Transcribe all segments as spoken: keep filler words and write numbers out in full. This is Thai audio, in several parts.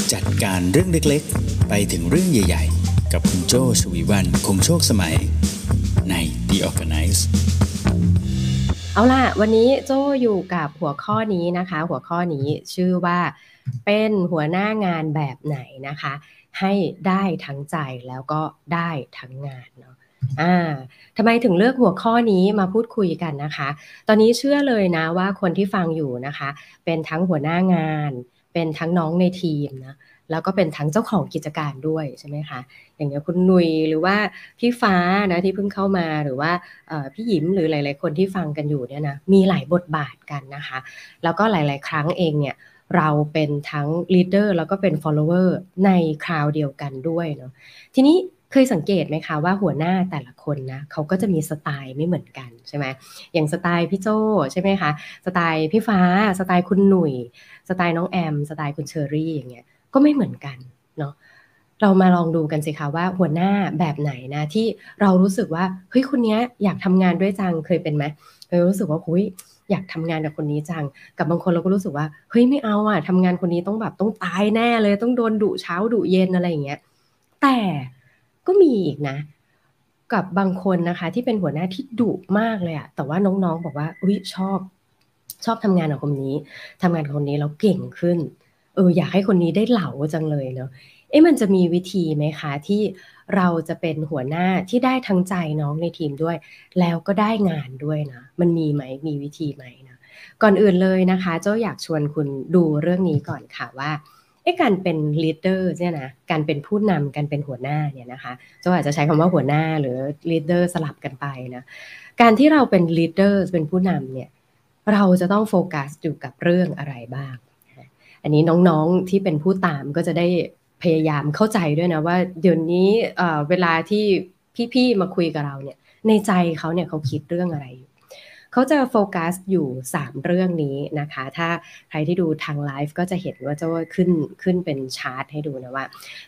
จัดการเรื่องเล็กๆไปถึงเรื่องใหญ่ๆกับคุณโจชวีวรรณคงโชคสมัยใน The Organize เอาล่ะวันนี้โจอยู่กับหัวข้อนี้นะคะหัวข้อนี้ชื่อว่าเป็นหัวหน้างานแบบไหนนะคะให้ได้ทั้งใจแล้วก็ได้ทั้งงานเนาะอ่าทำไมถึงเลือกหัวข้อนี้มาพูดคุยกันนะคะตอนนี้เชื่อเลยนะว่าคนที่ฟังอยู่นะคะเป็นทั้งหัวหน้างานเป็นทั้งน้องในทีมนะแล้วก็เป็นทั้งเจ้าของกิจการด้วยใช่ไหมคะอย่างเงี้ยคุณหนุ่ยหรือว่าพี่ฟ้านะที่เพิ่งเข้ามาหรือว่าพี่หยิมหรือหลายๆคนที่ฟังกันอยู่เนี่ยนะมีหลายบทบาทกันนะคะแล้วก็หลายๆครั้งเองเนี่ยเราเป็นทั้ง leader แล้วก็เป็น follower ในคราวเดียวกันด้วยเนาะทีนี้เคยสังเกตไหมคะว่าหัวหน้าแต่ละคนนะเขาก็จะมีสไตล์ไม่เหมือนกันใช่ไหมอย่างสไตล์พี่โจใช่ไหมคะสไตล์พี่ฟ้าสไตล์คุณหนุ่ยสไตล์น้องแอมสไตล์คุณเชอรี่อย่างเงี้ยก็ไม่เหมือนกันเนาะเรามาลองดูกันสิคะว่าหัวหน้าแบบไหนนะที่เรารู้สึกว่าเฮ้ยคนนี้อยากทำงานด้วยจังเคยเป็นไหมเคยรู้สึกว่าเฮ้ยอยากทำงานกับคนนี้จังกับบางคนเราก็รู้สึกว่าเฮ้ยไม่เอาอ่ะทำงานคนนี้ต้องแบบต้องตายแน่เลยต้องโดนดุเช้าดุเย็นอะไรอย่างเงี้ยแต่ก็มีอีกนะกับบางคนนะคะที่เป็นหัวหน้าที่ดุมากเลยอะแต่ว่าน้องๆบอกว่าอุ๊ยชอบชอบทำงานกับคนนี้ทำงานกับคนนี้แล้วเก่งขึ้นเอออยากให้คนนี้ได้เหลาจังเลยเนาะเอ๊ะมันจะมีวิธีไหมคะที่เราจะเป็นหัวหน้าที่ได้ทั้งใจน้องในทีมด้วยแล้วก็ได้งานด้วยนะมันมีไหมมีวิธีไหมนะก่อนอื่นเลยนะคะเจ้าอยากชวนคุณดูเรื่องนี้ก่อนค่ะว่าเอ๊ะการเป็น leader เนี่ยนะการเป็นผู้นำการเป็นหัวหน้าเนี่ยนะคะเจ้าอาจจะใช้คำว่าหัวหน้าหรือ leader สลับกันไปนะการที่เราเป็น leader เป็นผู้นำเนี่ยเราจะต้องโฟกัสอยู่กับเรื่องอะไรบ้างอันนี้น้องๆที่เป็นผู้ตามก็จะได้พยายามเข้าใจด้วยนะว่าเดี๋ยวนี้ เอ่อ เวลาที่พี่ๆมาคุยกับเราเนี่ยในใจเขาเนี่ยเขาคิดเรื่องอะไรอยู่เขาจะโฟกัสอยู่สามเรื่องนี้นะคะถ้าใครที่ดูทางไลฟ์ก็จะเห็นว่าจะขึ้นขึ้นเป็นชาร์ตให้ดูนะว่า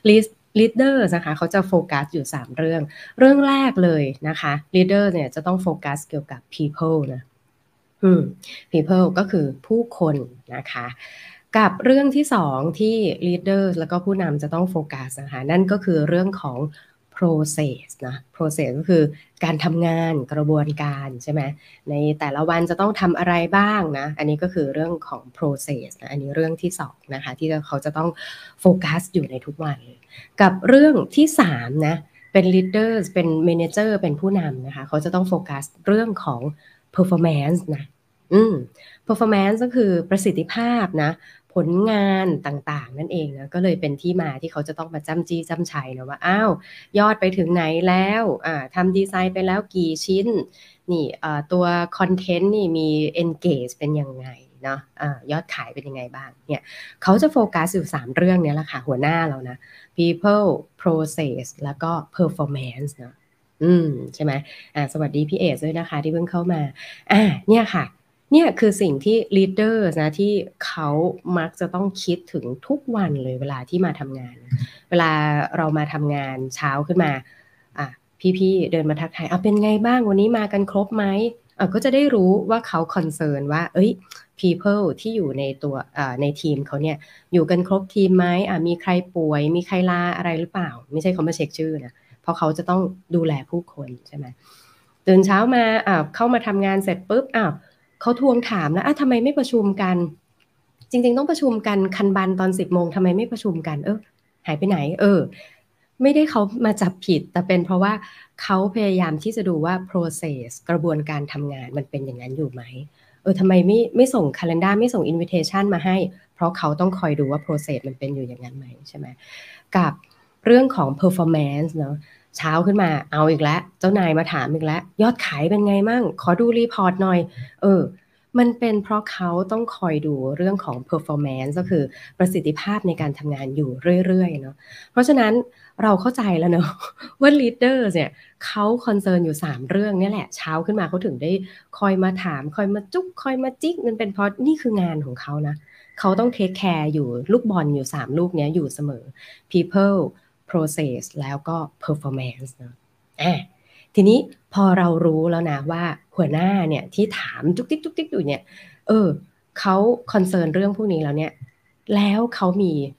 leader นะคะเขาจะโฟกัสอยู่สามเรื่องเรื่องแรกเลยนะคะ leader เนี่ยจะต้องโฟกัสเกี่ยวกับ people นะอืม people ก็คือผู้คนนะคะกับเรื่องที่สองที่ leader แล้วก็ผู้นำจะต้องโฟกัสนะคะนั่นก็คือเรื่องของ process นะ process ก็คือการทำงานกระบวนการใช่ไหมในแต่ละวันจะต้องทำอะไรบ้างนะอันนี้ก็คือเรื่องของ process นะอันนี้เรื่องที่สองนะคะที่เขาจะต้องโฟกัสอยู่ในทุกวันเลยกับเรื่องที่สามนะเป็น leader เป็น manager เป็นผู้นำนะคะเขาจะต้องโฟกัสเรื่องของ performance นะอืม performance ก็คือประสิทธิภาพนะผลงานต่างๆนั่นเองนะก็เลยเป็นที่มาที่เขาจะต้องมาจ้ำจี้จ้ำชัยนะว่าอ้าวยอดไปถึงไหนแล้วอ่าทำดีไซน์ไปแล้วกี่ชิ้นนี่อ่าตัวคอนเทนต์นี่มี engage เป็นยังไงเนาะอ่ายอดขายเป็นยังไงบ้างเนี่ยเขาจะโฟกัสอยู่สามเรื่องนี้แหละค่ะหัวหน้าเรานะ people process แล้วก็ performance นะอืมใช่ไหมอ่าสวัสดีพี่เอสด้วยนะคะที่เพิ่งเข้ามาอ่าเนี่ยค่ะเนี่ยคือสิ่งที่ leader นะที่เขามักจะต้องคิดถึงทุกวันเลยเวลาที่มาทำงานเวลาเรามาทำงานเช้าขึ้นมาอ่ะพี่ๆเดินมาทักทายเอาเป็นไงบ้างวันนี้มากันครบไหมอ่ะก็จะได้รู้ว่าเขา concern ว่าเอ้ย people ที่อยู่ในตัวในทีมเขาเนี่ยอยู่กันครบทีมไหมอ่ะมีใครป่วยมีใครลาอะไรหรือเปล่าไม่ใช่เขามาเช็คชื่อนะเพราะเขาจะต้องดูแลผู้คนใช่ไหมตื่นเช้ามาอ่ะเข้ามาทำงานเสร็จปุ๊บอ้าวเขาทวงถามแล้วอ่ะทำไมไม่ประชุมกันจริงๆต้องประชุมกันคันบันตอนสิบโมงทำไมไม่ประชุมกันเออหายไปไหนเออไม่ได้เขามาจับผิดแต่เป็นเพราะว่าเขาพยายามที่จะดูว่า process กระบวนการทำงานมันเป็นอย่างนั้นอยู่ไหมเออทำไมไม่ไม่ส่ง calendar ไม่ส่ง invitation มาให้เพราะเขาต้องคอยดูว่า process มันเป็นอยู่อย่างนั้นไหมใช่ไหมกับเรื่องของ performance เนาะเช้าขึ้นมาเอาอีกแล้วเจ้านายมาถามอีกแล้วยอดขายเป็นไงมั่งขอดูรีพอร์ตหน่อยเออมันเป็นเพราะเขาต้องคอยดูเรื่องของ performance ก็คือประสิทธิภาพในการทำงานอยู่เรื่อยๆเนาะเพราะฉะนั้นเราเข้าใจแล้วเนาะว่า leader เนี่ยเขาคอนเซิร์นอยู่สามเรื่องนี่แหละเช้าขึ้นมาเขาถึงได้คอยมาถามคอยมาจุ๊กคอยมาจิ๊กมันเป็นเพราะนี่คืองานของเขานะเขาต้องเทคแคร์อยู่ลูกบอลอยู่สามลูกนี้อยู่เสมอ people process แล้วก็ performance นะอ่ะทีนี้พอเรารู้แล้วนะว่าหัวหน้าเนี่ยที่ถามจุกติ๊กจุกติ๊กอยู่เนี่ยเออเขาคอนเซิร์นเรื่องพวกนี้แล้วเนี่ยแล้วเขามี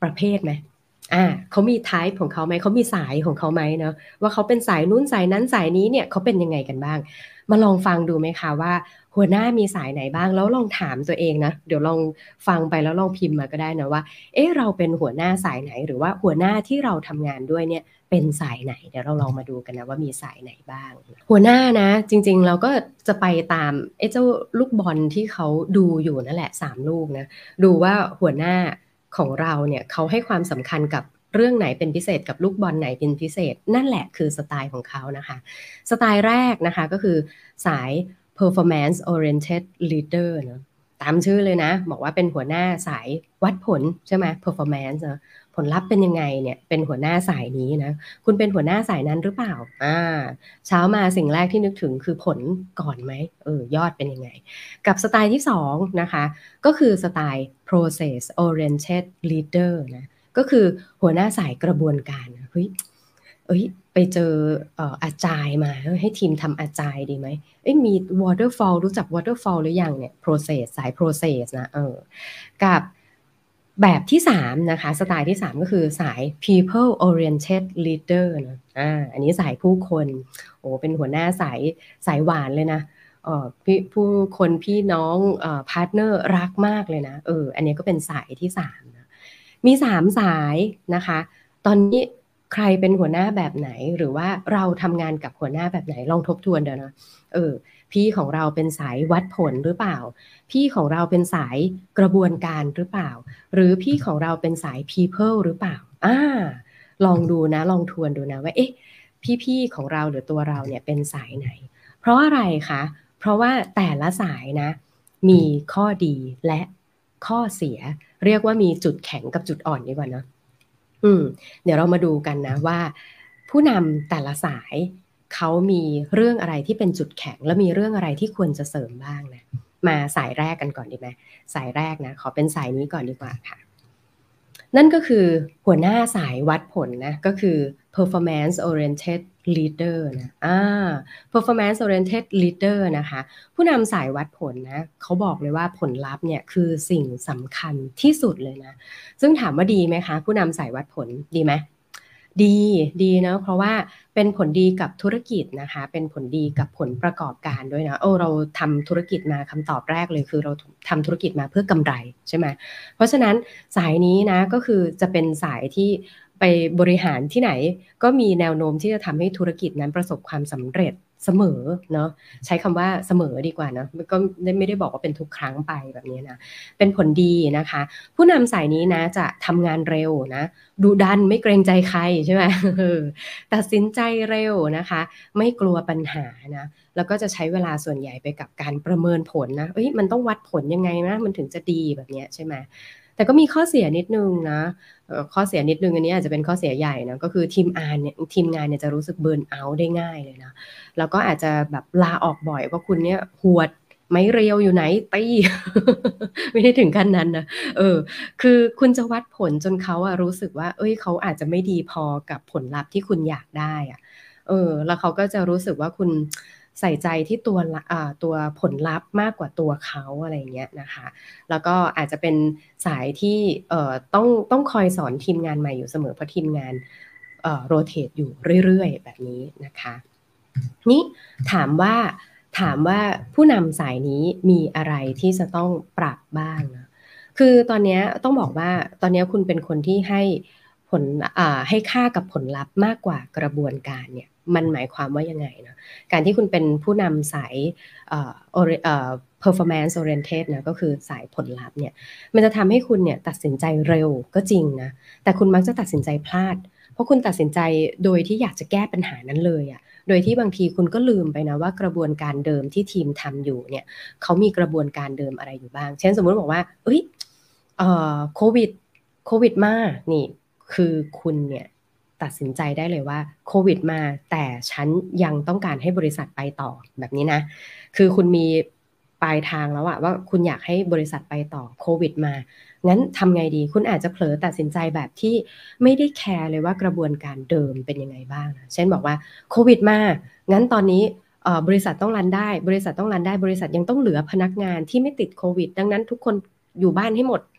ประเภทไหมอ่าเขามี type ของเขาไหมเขามีสายของเขาไหมเนาะว่าเขาเป็นสายนู้นสายนั้นสายนี้เนี่ยเขาเป็นยังไงกันบ้างมาลองฟังดูไหมคะว่าหัวหน้ามีสายไหนบ้างแล้วลองถามตัวเองนะเดี๋ยวลองฟังไปแล้วลองพิมพ์มาก็ได้นะว่าเอ๊ะเราเป็นหัวหน้าสายไหนหรือว่าหัวหน้าที่เราทำงานด้วยเนี่ยเป็นสายไหนเดี๋ยวเราลองมาดูกันนะว่ามีสายไหนบ้างหัวหน้านะจริงๆเราก็จะไปตามไอ้เจ้าลูกบอลที่เขาดูอยู่นั่นแหละสามลูกนะดูว่าหัวหน้าของเราเนี่ยเขาให้ความสำคัญกับเรื่องไหนเป็นพิเศษกับลูกบอลไหนเป็นพิเศษนั่นแหละคือสไตล์ของเขานะคะสไตล์แรกนะคะก็คือสาย performance oriented leader เนอะตามชื่อเลยนะบอกว่าเป็นหัวหน้าสายวัดผลใช่ไหม performance เนอะผลลัพธ์เป็นยังไงเนี่ยเป็นหัวหน้าสายนี้นะคุณเป็นหัวหน้าสายนั้นหรือเปล่าอ่าเช้ามาสิ่งแรกที่นึกถึงคือผลก่อนไหมเออยอดเป็นยังไงกับสไตล์ที่สองนะคะก็คือสไตล์ process oriented leader นะก็คือหัวหน้าสายกระบวนการเฮ้ยเอ้ยไปเจอเอ่ออาจายมาให้ทีมทำอาจายดีไหมเอ้ยมี waterfall รู้จัก waterfall หรือยังเนี่ย process สาย process นะเออกับแบบที่สามนะคะสไตล์ที่สามก็คือสาย people oriented leader นะอ่าอันนี้สายผู้คนโอ้เป็นหัวหน้าสายสายหวานเลยนะเอ่อพี่ผู้คนพี่น้องเอ่อพาร์ทเนอร์รักมากเลยนะเอออันนี้ก็เป็นสายที่สามนะมีสามสายนะคะตอนนี้ใครเป็นหัวหน้าแบบไหนหรือว่าเราทำงานกับหัวหน้าแบบไหนลองทบทวนเดี๋ยวนะเออพี่ของเราเป็นสายวัดผลหรือเปล่าพี่ของเราเป็นสายกระบวนการหรือเปล่าหรือพี่ของเราเป็นสาย people หรือเปล่าอ่าลองดูนะลองทวนดูนะว่าเอ๊ะพี่ๆของเราหรือตัวเราเนี่ยเป็นสายไหนเพราะอะไรคะเพราะว่าแต่ละสายนะมีข้อดีและข้อเสียเรียกว่ามีจุดแข็งกับจุดอ่อนดีกว่าเนาะอืมเดี๋ยวเรามาดูกันนะว่าผู้นำแต่ละสายเขามีเรื่องอะไรที่เป็นจุดแข็งและมีเรื่องอะไรที่ควรจะเสริมบ้างนะมาสายแรกกันก่อนดีไหมสายแรกนะขอเป็นสายนี้ก่อนดีกว่าค่ะนั่นก็คือหัวหน้าสายวัดผลนะก็คือ performance oriented leader นะอ่า performance oriented leader นะคะผู้นำสายวัดผลนะเขาบอกเลยว่าผลลัพธ์เนี่ยคือสิ่งสำคัญที่สุดเลยนะซึ่งถามว่าดีไหมคะผู้นำสายวัดผลดีไหมดีดีเนาะเพราะว่าเป็นผลดีกับธุรกิจนะคะเป็นผลดีกับผลประกอบการด้วยนะโอ้เราทำธุรกิจมาคำตอบแรกเลยคือเราทำธุรกิจมาเพื่อกำไรใช่ไหมเพราะฉะนั้นสายนี้นะก็คือจะเป็นสายที่ไปบริหารที่ไหนก็มีแนวโน้มที่จะทำให้ธุรกิจนั้นประสบความสำเร็จเสมอเนาะใช้คำว่าเสมอดีกว่านะก็ไม่ได้บอกว่าเป็นทุกครั้งไปแบบนี้นะเป็นผลดีนะคะผู้นำสายนี้นะจะทำงานเร็วนะดุดันไม่เกรงใจใครใช่ไหมตัดสินใจเร็วนะคะไม่กลัวปัญหานะแล้วก็จะใช้เวลาส่วนใหญ่ไปกับการประเมินผลนะเอ้ยมันต้องวัดผลยังไงนะมันถึงจะดีแบบนี้ใช่ไหมแต่ก็มีข้อเสียนิดนึงนะข้อเสียนิดนึงอันนี้อาจจะเป็นข้อเสียใหญ่นะก็คือทีมงานเนี่ยทีมงานเนี่ยจะรู้สึกเบิร์นเอาท์ได้ง่ายเลยนะแล้วก็อาจจะแบบลาออกบ่อยว่าคุณเนี่ยหวดไม้เรียวอยู่ไหนตี ไม่ได้ถึงขั้นนั้นนะเออคือคุณจะวัดผลจนเขาอะรู้สึกว่าเอ้ยเขาอาจจะไม่ดีพอกับผลลัพธ์ที่คุณอยากได้อะเออแล้วเขาก็จะรู้สึกว่าคุณใส่ใจที่ตัวอ่าตัวผลลัพธ์มากกว่าตัวเขาอะไรเงี้ยนะคะแล้วก็อาจจะเป็นสายที่เอ่อต้องต้องคอยสอนทีมงานใหม่อยู่เสมอเพราะทีมงานเอ่อโรเตทอยู่เรื่อยๆแบบนี้นะคะนี่ถามว่าถามว่าผู้นำสายนี้มีอะไรที่จะต้องปรับบ้างนะคือตอนนี้ต้องบอกว่าตอนนี้คุณเป็นคนที่ให้ผลอ่าให้ค่ากับผลลัพธ์มากกว่ากระบวนการเนี่ยมันหมายความว่ายังไงนะการที่คุณเป็นผู้นำสายเอ่อเอ่อ performance oriented นะก็คือสายผลลัพธ์เนี่ยมันจะทำให้คุณเนี่ยตัดสินใจเร็วก็จริงนะแต่คุณมักจะตัดสินใจพลาดเพราะคุณตัดสินใจโดยที่อยากจะแก้ปัญหานั้นเลยอะโดยที่บางทีคุณก็ลืมไปนะว่ากระบวนการเดิมที่ทีมทำอยู่เนี่ยเขามีกระบวนการเดิมอะไรอยู่บ้างเช่นสมมติบอกว่าเอ้ยเอ่อโควิดโควิดมานี่คือคุณเนี่ยตัดสินใจได้เลยว่าโควิดมาแต่ฉันยังต้องการให้บริษัทไปต่อแบบนี้นะคือคุณมีปลายทางแล้วอะว่าคุณอยากให้บริษัทไปต่อโควิดมางั้นทำไงดีคุณอาจจะเผลอตัดสินใจแบบที่ไม่ได้แคร์เลยว่ากระบวนการเดิมเป็นยังไงบ้างนะเช่นบอกว่าโควิดมางั้นตอนนี้บริษัทต้องรันได้บริษัทต้องรันได้บริษัทยังต้องเหลือพนักงานที่ไม่ติดโควิดดังนั้นทุกคนอยู่บ้านให้หมด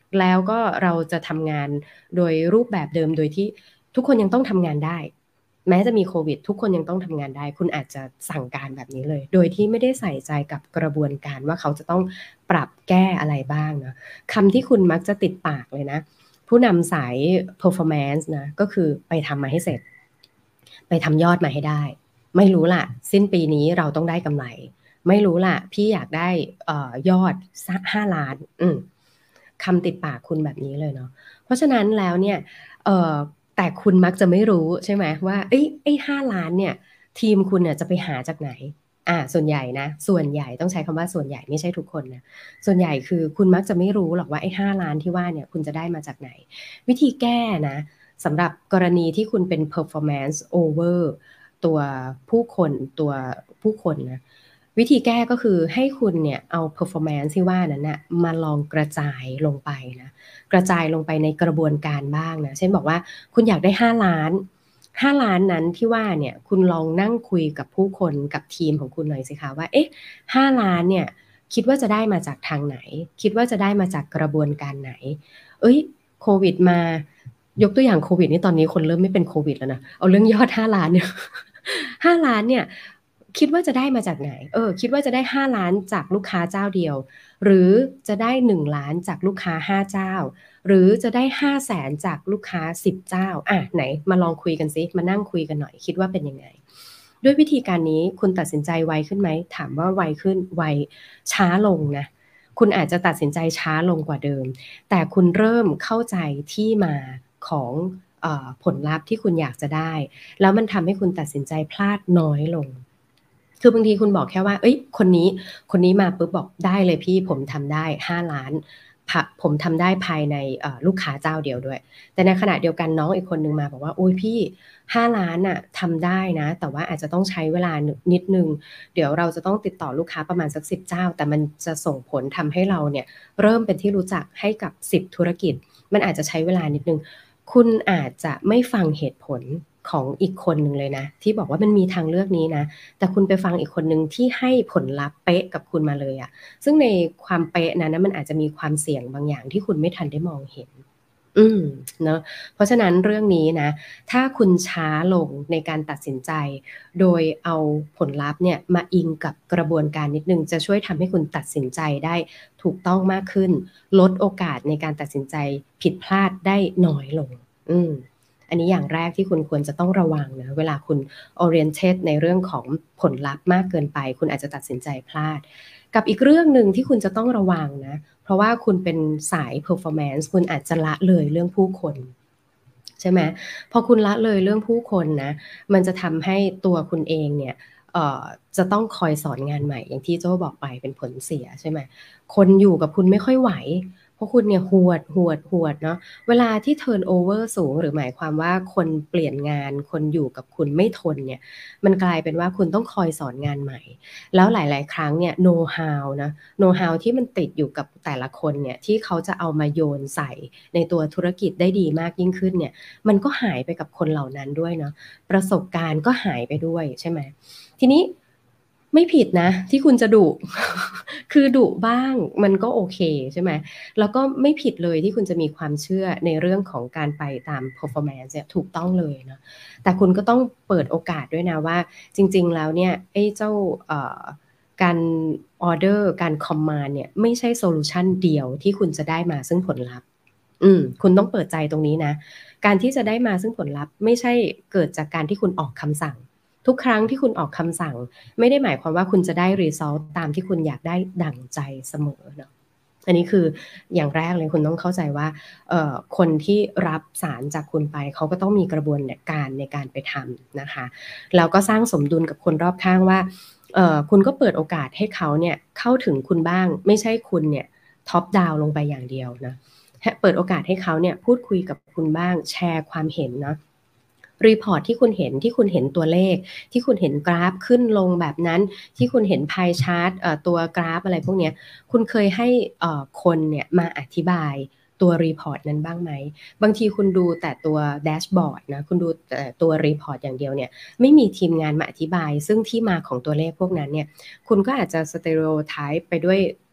แล้วก็เราจะทำงานโดยรูปแบบเดิมโดยที่ทุกคนยังต้องทำงานได้แม้จะมีโควิดทุกคนยังต้องทำงานได้คุณอาจจะสั่งการแบบนี้เลยโดยที่ไม่ได้ใส่ใจกับกระบวนการว่าเขาจะต้องปรับแก้อะไรบ้างนะคำที่คุณมักจะติดปากเลยนะผู้นำสาย performance นะก็คือไปทำมาให้เสร็จไปทำยอดมาให้ได้ไม่รู้ล่ะสิ้นปีนี้เราต้องได้กำไรไม่รู้ล่ะพี่อยากได้เอ่อยอดห้าล้านอืมคำติดปากคุณแบบนี้เลยเนาะเพราะฉะนั้นแล้วเนี่ยเอ่อแต่คุณมักจะไม่รู้ใช่ไหมว่าเอ้ยไอ้ห้าล้านเนี่ยทีมคุณเนี่ยจะไปหาจากไหนอ่าส่วนใหญ่นะส่วนใหญ่ต้องใช้คำว่าส่วนใหญ่ไม่ใช่ทุกคนนะส่วนใหญ่คือคุณมักจะไม่รู้หรอกว่าไอ้ห้าล้านที่ว่าเนี่ยคุณจะได้มาจากไหนวิธีแก้นะสำหรับกรณีที่คุณเป็น performance over ตัวผู้คนตัวผู้คนนะวิธีแก้ก็คือให้คุณเนี่ยเอา performance ที่ว่านั้นนะมาลองกระจายลงไปนะกระจายลงไปในกระบวนการบ้างนะเช่นบอกว่าคุณอยากได้ห้าล้านห้าล้านนั้นที่ว่าเนี่ยคุณลองนั่งคุยกับผู้คนกับทีมของคุณหน่อยสิคะว่าเอ๊ะห้าล้านเนี่ยคิดว่าจะได้มาจากทางไหนคิดว่าจะได้มาจากกระบวนการไหนเอ้ยโควิดมายกตัวอย่างโควิดนี่ตอนนี้คนเริ่มไม่เป็นโควิดแล้วนะเอาเรื่องยอดห้าล้านเนี่ยห้าล้านเนี่ยคิดว่าจะได้มาจากไหนเออคิดว่าจะได้ห้าล้านจากลูกค้าเจ้าเดียวหรือจะได้หนึ่งล้านจากลูกค้าห้าเจ้าหรือจะได้ห้าแสนจากลูกค้าสิบเจ้าอ่ะไหนมาลองคุยกันซิมานั่งคุยกันหน่อยคิดว่าเป็นยังไงด้วยวิธีการนี้คุณตัดสินใจไวขึ้นไหมถามว่าไวขึ้นไวช้าลงนะคุณอาจจะตัดสินใจช้าลงกว่าเดิมแต่คุณเริ่มเข้าใจที่มาของเอ่อผลลัพธ์ที่คุณอยากจะได้แล้วมันทำให้คุณตัดสินใจพลาดน้อยลงคือบางทีคุณบอกแค่ว่าเอ้ยคนนี้คนนี้มาปุ๊บบอกได้เลยพี่ผมทำได้ห้าล้านผมทำได้ภายในลูกค้าเจ้าเดียวด้วยแต่ในขณะเดียวกันน้องอีกคนนึงมาบอกว่าโอ้ยพี่ห้าล้านน่ะทำได้นะแต่ว่าอาจจะต้องใช้เวลานิดนึงเดี๋ยวเราจะต้องติดต่อลูกค้าประมาณสักสิบเจ้าแต่มันจะส่งผลทำให้เราเนี่ยเริ่มเป็นที่รู้จักให้กับสิบธุรกิจมันอาจจะใช้เวลานิดนึงคุณอาจจะไม่ฟังเหตุผลของอีกคนหนึ่งเลยนะที่บอกว่ามันมีทางเลือกนี้นะแต่คุณไปฟังอีกคนหนึ่งที่ให้ผลลัพธ์เป๊ะกับคุณมาเลยอะซึ่งในความเป๊ะนั้นนะมันอาจจะมีความเสี่ยงบางอย่างที่คุณไม่ทันได้มองเห็นอืมเนาะเพราะฉะนั้นเรื่องนี้นะถ้าคุณช้าลงในการตัดสินใจโดยเอาผลลัพธ์เนี่ยมาอิงกับกระบวนการนิดนึงจะช่วยทำให้คุณตัดสินใจได้ถูกต้องมากขึ้นลดโอกาสในการตัดสินใจผิดพลาดได้น้อยลงอืมอันนี้อย่างแรกที่คุณควรจะต้องระวังนะเวลาคุณ oriented ในเรื่องของผลลัพธ์มากเกินไปคุณอาจจะตัดสินใจพลาดกับอีกเรื่องหนึ่งที่คุณจะต้องระวังนะเพราะว่าคุณเป็นสาย performance คุณอาจจะละเลยเรื่องผู้คนใช่ไหมพอคุณละเลยเรื่องผู้คนนะมันจะทำให้ตัวคุณเองเนี่ยเอ่อจะต้องคอยสอนงานใหม่อย่างที่โจ้บอกไปเป็นผลเสียใช่ไหมคนอยู่กับคุณไม่ค่อยไหวเพราะคุณเนี่ยหวดหวดหวดเนาะเวลาที่ turnover สูงหรือหมายความว่าคนเปลี่ยนงานคนอยู่กับคุณไม่ทนเนี่ยมันกลายเป็นว่าคุณต้องคอยสอนงานใหม่แล้วหลายๆครั้งเนี่ย know how นะ know how ที่มันติดอยู่กับแต่ละคนเนี่ยที่เขาจะเอามาโยนใส่ในตัวธุรกิจได้ดีมากยิ่งขึ้นเนี่ยมันก็หายไปกับคนเหล่านั้นด้วยเนาะประสบการณ์ก็หายไปด้วยใช่ไหมทีนี้ไม่ผิดนะที่คุณจะดุ คือดุบ้างมันก็โอเคใช่ไหมแล้วก็ไม่ผิดเลยที่คุณจะมีความเชื่อในเรื่องของการไปตาม performance เนี่ยถูกต้องเลยเนาะแต่คุณก็ต้องเปิดโอกาสด้วยนะว่าจริงๆแล้วเนี่ยไอ้เจ้าเอ่อการออเดอร์การคอมมานด์เนี่ยไม่ใช่โซลูชันเดียวที่คุณจะได้มาซึ่งผลลัพธ์อืมคุณต้องเปิดใจตรงนี้นะการที่จะได้มาซึ่งผลลัพธ์ไม่ใช่เกิดจากการที่คุณออกคำสั่งทุกครั้งที่คุณออกคำสั่งไม่ได้หมายความว่าคุณจะได้ result ตามที่คุณอยากได้ดั่งใจเสมอเนาะอันนี้คืออย่างแรกเลยคุณต้องเข้าใจว่าเอ่อคนที่รับสารจากคุณไปเขาก็ต้องมีกระบวนการในการไปทำนะคะแล้วก็สร้างสมดุลกับคนรอบข้างว่าเอ่อคุณก็เปิดโอกาสให้เขาเนี่ยเข้าถึงคุณบ้างไม่ใช่คุณเนี่ยท็อปดาวลงไปอย่างเดียวนะเปิดโอกาสให้เขาเนี่ยพูดคุยกับคุณบ้างแชร์ความเห็นเนาะรีพอร์ตที่คุณเห็นที่คุณเห็นตัวเลขที่คุณเห็นกราฟขึ้นลงแบบนั้นที่คุณเห็นพายชาร์ตตัวกราฟอะไรพวกนี้คุณเคยให้คนเนี่ยมาอธิบายตัวรีพอร์ตนั้นบ้างไหมบางทีคุณดูแต่ตัวแดชบอร์ดนะคุณดูแต่ตัวรีพอร์ตอย่างเดียวเนี่ยไม่มีทีมงานมาอธิบายซึ่งที่มาของตัวเลขพวกนั้นเนี่ยคุณก็อาจจะสเตอริโอไทป์ไปด้วย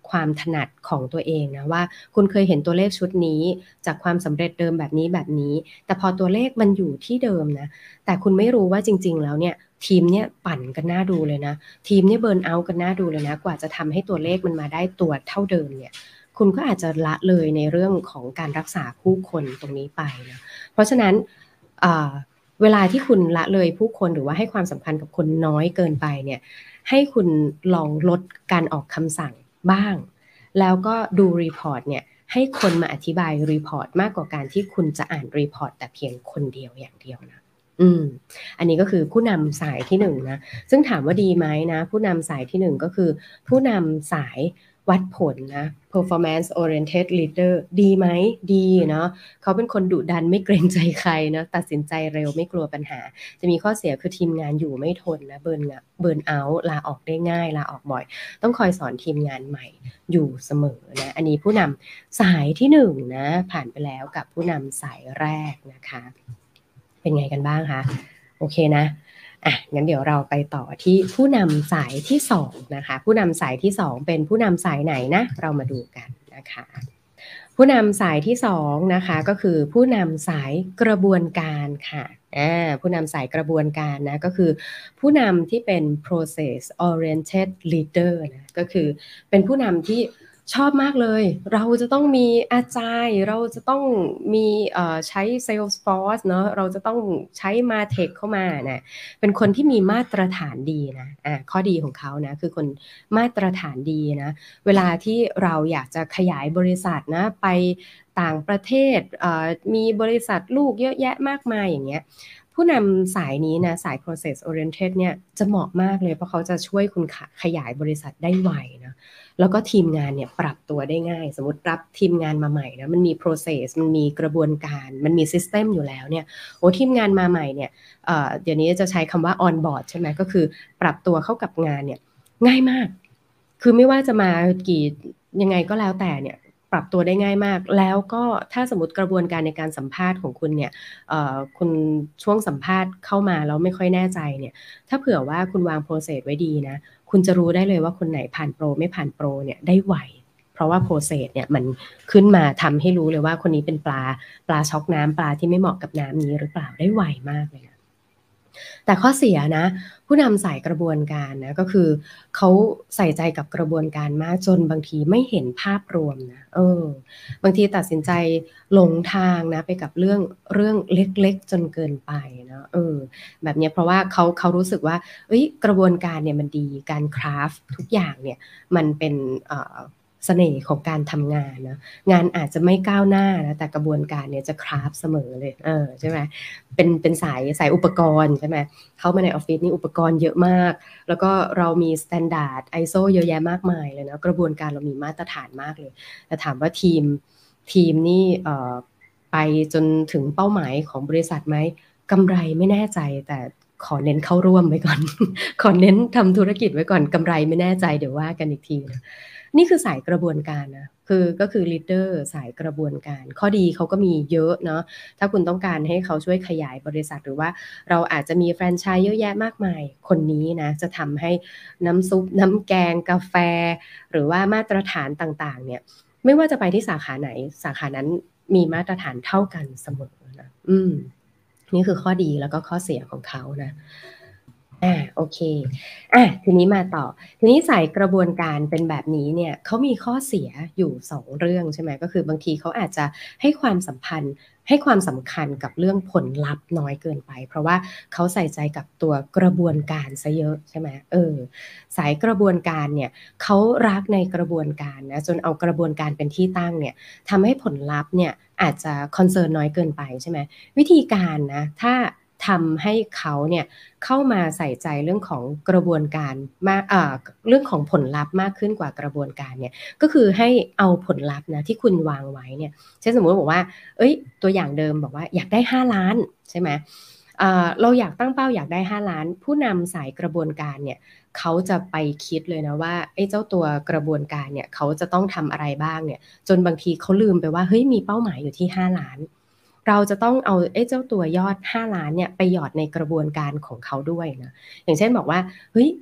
ความถนัดของตัวเองนะว่าคุณเคยเห็นตัวเลขชุดนี้จากความสำเร็จเดิมแบบนี้แบบนี้แต่พอตัวเลขมันอยู่ที่เดิมนะแต่คุณไม่รู้ว่าจริงๆแล้วเนี่ยทีมเนี่ยปั่นกันน่าดูเลยนะทีมเนี่ยเบิร์นเอาท์กันน่าดูเลยนะกว่าจะทำให้ตัวเลขมันมาได้ตัวเท่าเดิมเนี่ยคุณก็อาจจะละเลยในเรื่องของการรักษาผู้คนตรงนี้ไปนะเพราะฉะนั้นเวลาที่คุณละเลยผู้คนหรือว่าให้ความสำคัญกับคนน้อยเกินไปเนี่ยให้คุณลองลดการออกคำสั่งบ้างแล้วก็ดูรีพอร์ตเนี่ยให้คนมาอธิบายรีพอร์ตมากกว่าการที่คุณจะอ่านรีพอร์ตแต่เพียงคนเดียวอย่างเดียวนะอืมอันนี้ก็คือผู้นำสายที่หนึ่งนะซึ่งถามว่าดีไหมนะผู้นำสายที่หนึ่งก็คือผู้นำสายวัดผลนะ performance oriented leader ดีไหมดีเนาะเขาเป็นคนดุดันไม่เกรงใจใครนะตัดสินใจเร็วไม่กลัวปัญหาจะมีข้อเสียคือทีมงานอยู่ไม่ทนนะเบิร์นเบิร์นเอาท์ลาออกได้ง่ายลาออกบ่อยต้องคอยสอนทีมงานใหม่อยู่เสมอนะอันนี้ผู้นำสายที่หนึ่งนะผ่านไปแล้วกับผู้นำสายแรกนะคะเป็นไงกันบ้างคะโอเคนะอ่ะงั้นเดี๋ยวเราไปต่อที่ผู้นำสายที่สองนะคะผู้นำสายที่สองเป็นผู้นำสายไหนนะเรามาดูกันนะคะผู้นำสายที่สองนะคะก็คือผู้นำสายกระบวนการค่ะอ่าผู้นำสายกระบวนการนะก็คือผู้นำที่เป็น process oriented leader นะก็คือเป็นผู้นำที่ชอบมากเลยเราจะต้องมีอาจารย์เราจะต้องมีเอ่อใช้ Salesforce เนาะเราจะต้องใช้ Martech เข้ามานะเป็นคนที่มีมาตรฐานดีนะอ่าข้อดีของเขานะคือคนมาตรฐานดีนะเวลาที่เราอยากจะขยายบริษัทนะไปต่างประเทศเอ่อมีบริษัทลูกเยอะแยะมากมายอย่างเงี้ยผู้นำสายนี้นะสาย process oriented เนี่ยจะเหมาะมากเลยเพราะเขาจะช่วยคุณขยายบริษัทได้ไวนะแล้วก็ทีมงานเนี่ยปรับตัวได้ง่ายสมมติรับทีมงานมาใหม่นะมันมี process มันมีกระบวนการมันมี system อยู่แล้วเนี่ยโอ้ทีมงานมาใหม่เนี่ย เอ่อเดี๋ยวนี้จะใช้คำว่า on board ใช่ไหมก็คือปรับตัวเข้ากับงานเนี่ยง่ายมากคือไม่ว่าจะมากี่ยังไงก็แล้วแต่เนี่ยปรับตัวได้ง่ายมากแล้วก็ถ้าสมมติกระบวนการในการสัมภาษณ์ของคุณเนี่ยเอ่อคุณช่วงสัมภาษณ์เข้ามาแล้วไม่ค่อยแน่ใจเนี่ยถ้าเผื่อว่าคุณวาง process ไว้ดีนะคุณจะรู้ได้เลยว่าคนไหนผ่านโปรไม่ผ่านโปรเนี่ยได้ไวเพราะว่า process เนี่ยมันขึ้นมาทำให้รู้เลยว่าคนนี้เป็นปลาปลาช็อกน้ำปลาที่ไม่เหมาะกับน้ำนี้หรือเปล่าได้ไวมากเลยนะแต่ข้อเสียนะผู้นำสายกระบวนการนะก็คือเขาใส่ใจกับกระบวนการมากจนบางทีไม่เห็นภาพรวมนะเออบางทีตัดสินใจหลงทางนะไปกับเรื่องเรื่องเล็กๆจนเกินไปนะเออแบบนี้เพราะว่าเขาเขารู้สึกว่าเอ้ยกระบวนการเนี่ยมันดีการคราฟทุกอย่างเนี่ยมันเป็นเอ่อเสน่ห์ของการทำงานนะงานอาจจะไม่ก้าวหน้านะแต่กระบวนการเนี่ยจะคราฟเสมอเลยเออใช่ไหมเป็นเป็นสายสายอุปกรณ์ใช่ไหมเข้ามาในออฟฟิศนี่อุปกรณ์เยอะมากแล้วก็เรามีสแตนดาร์ด ไอ เอส โอ เยอะแยะมากมายเลยนะกระบวนการเรามีมาตรฐานมากเลยแต่ถามว่าทีมทีมนี่เอ่อไปจนถึงเป้าหมายของบริษัทไหมกำไรไม่แน่ใจแต่ขอเน้นเข้าร่วมไว้ก่อน ขอเน้นทำธุรกิจไว้ก่อนกำไรไม่แน่ใจเดี๋ยวว่ากันอีกทีนะนี่คือสายกระบวนการนะคือก็คือ leader สายกระบวนการข้อดีเขาก็มีเยอะเนาะถ้าคุณต้องการให้เขาช่วยขยายบริษัทหรือว่าเราอาจจะมีแฟรนไชส์เยอะแยะมากมายคนนี้นะจะทำให้น้ำซุปน้ำแกงกาแฟหรือว่ามาตรฐานต่างๆเนี่ยไม่ว่าจะไปที่สาขาไหนสาขานั้นมีมาตรฐานเท่ากันเสมอนะอืมนี่คือข้อดีแล้วก็ข้อเสียของเขานะอ่าโอเคอ่ะทีนี้มาต่อทีนี้สายกระบวนการเป็นแบบนี้เนี่ยเขามีข้อเสียอยู่สองเรื่องใช่ไหมก็คือบางทีเขาอาจจะให้ความสัมพันธ์ให้ความสำคัญกับเรื่องผลลัพธ์น้อยเกินไปเพราะว่าเขาใส่ใจกับตัวกระบวนการซะเยอะใช่ไหมเออสายกระบวนการเนี่ยเขารักในกระบวนการนะจนเอากระบวนการเป็นที่ตั้งเนี่ยทำให้ผลลัพธ์เนี่ยอาจจะคอนเซิร์นน้อยเกินไปใช่ไหมวิธีการนะถ้าทำให้เขาเนี่ยเข้ามาใส่ใจเรื่องของกระบวนการมากเอ่อเรื่องของผลลัพธ์มากขึ้นกว่ากระบวนการเนี่ยก็คือให้เอาผลลัพธ์นะที่คุณวางไว้เนี่ยเช่นสมมติบอกว่าเอ้ยตัวอย่างเดิมบอกว่าอยากได้ห้าล้านใช่ไหมเอ่อเราอยากตั้งเป้าอยากได้ห้าล้านผู้นำสายกระบวนการเนี่ยเขาจะไปคิดเลยนะว่าไอ้เจ้าตัวกระบวนการเนี่ยเขาจะต้องทำอะไรบ้างเนี่ยจนบางทีเขาลืมไปว่าเฮ้ยมีเป้าหมายอยู่ที่ห้าล้านเราจะต้องเอาไอ้เจ้าตัวยอดห้าล้านเนี่ยไปหยอดในกระบวนการของเขาด้วยนะอย่างเช่นบอกว่าเฮ้ย